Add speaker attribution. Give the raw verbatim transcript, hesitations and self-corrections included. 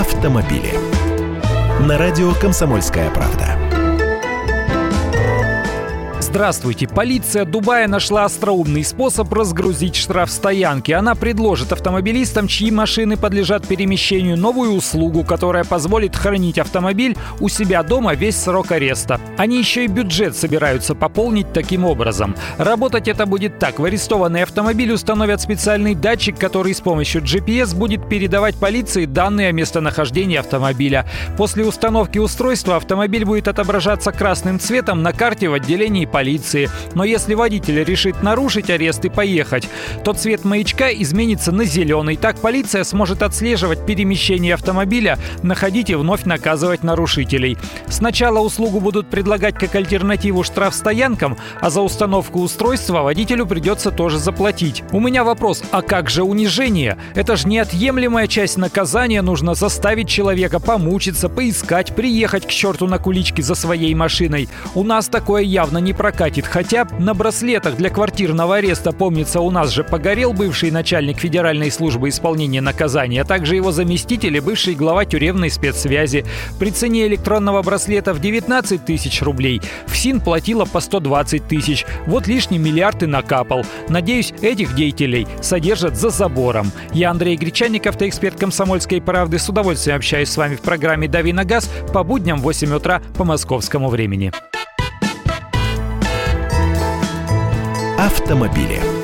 Speaker 1: автомобили. На радио «Комсомольская правда».
Speaker 2: Здравствуйте. Полиция Дубая нашла остроумный способ разгрузить штраф стоянки. Она предложит автомобилистам, чьи машины подлежат перемещению, новую услугу, которая позволит хранить автомобиль у себя дома весь срок ареста. Они еще и бюджет собираются пополнить таким образом. Работать это будет так. В арестованный автомобиль установят специальный датчик, который с помощью джи пи эс будет передавать полиции данные о местонахождении автомобиля. После установки устройства автомобиль будет отображаться красным цветом на карте в отделении полиции. Но если водитель решит нарушить арест и поехать, то цвет маячка изменится на зеленый. Так полиция сможет отслеживать перемещение автомобиля, находить и вновь наказывать нарушителей. Сначала услугу будут предлагать как альтернативу штрафстоянкам, а за установку устройства водителю придется тоже заплатить. У меня вопрос: а как же унижение? Это же неотъемлемая часть наказания. Нужно заставить человека помучиться, поискать, приехать к черту на куличке за своей машиной. У нас такое явно не прокатит. Хотя на браслетах для квартирного ареста, помнится, у нас же погорел бывший начальник Федеральной службы исполнения наказания, а также его заместитель и бывший глава тюремной спецсвязи. При цене электронного браслета в девятнадцать тысяч рублей ФСИН платила по сто двадцать тысяч. Вот лишний миллиард и накапал. Надеюсь, этих деятелей содержат за забором. Я Андрей Гречанник, автоэксперт «Комсомольской правды». С удовольствием общаюсь с вами в программе «Дави на газ» по будням в восемь утра по московскому времени.
Speaker 1: Автомобили.